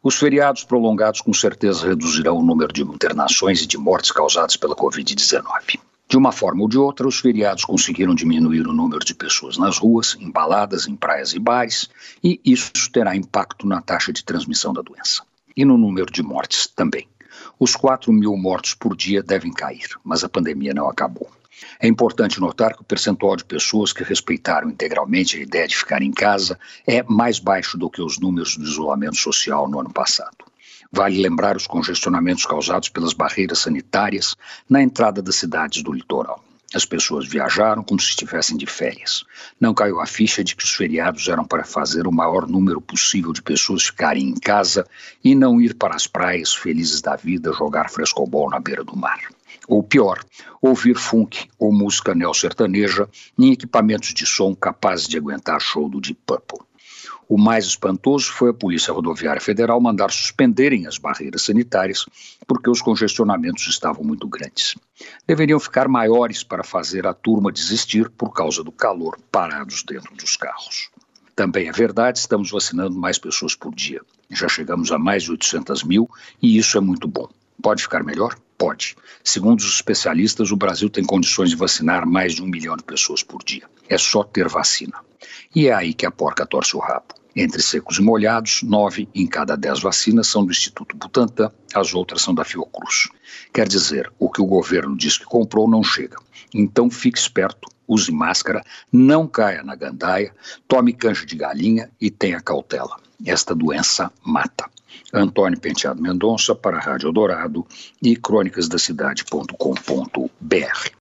Os feriados prolongados com certeza reduzirão o número de internações e de mortes causadas pela Covid-19. De uma forma ou de outra, os feriados conseguiram diminuir o número de pessoas nas ruas, em baladas, em praias e bares, e isso terá impacto na taxa de transmissão da doença. E no número de mortes também. Os 4.000 mortos por dia devem cair, mas a pandemia não acabou. É importante notar que o percentual de pessoas que respeitaram integralmente a ideia de ficar em casa é mais baixo do que os números do isolamento social no ano passado. Vale lembrar os congestionamentos causados pelas barreiras sanitárias na entrada das cidades do litoral. As pessoas viajaram como se estivessem de férias. Não caiu a ficha de que os feriados eram para fazer o maior número possível de pessoas ficarem em casa e não ir para as praias felizes da vida jogar frescobol na beira do mar. Ou pior, ouvir funk ou música neosertaneja em equipamentos de som capazes de aguentar show do Deep Purple. O mais espantoso foi a Polícia Rodoviária Federal mandar suspenderem as barreiras sanitárias porque os congestionamentos estavam muito grandes. Deveriam ficar maiores para fazer a turma desistir por causa do calor parados dentro dos carros. Também é verdade, estamos vacinando mais pessoas por dia. Já chegamos a mais de 800 mil e isso é muito bom. Pode ficar melhor? Pode. Segundo os especialistas, o Brasil tem condições de vacinar mais de 1 milhão de pessoas por dia. É só ter vacina. E é aí que a porca torce o rabo. Entre secos e molhados, 9 em cada 10 vacinas são do Instituto Butantan, as outras são da Fiocruz. Quer dizer, o que o governo diz que comprou não chega. Então fique esperto, use máscara, não caia na gandaia, tome canja de galinha e tenha cautela. Esta doença mata. Antônio Penteado Mendonça para a Rádio Eldorado e crônicasdacidade.com.br.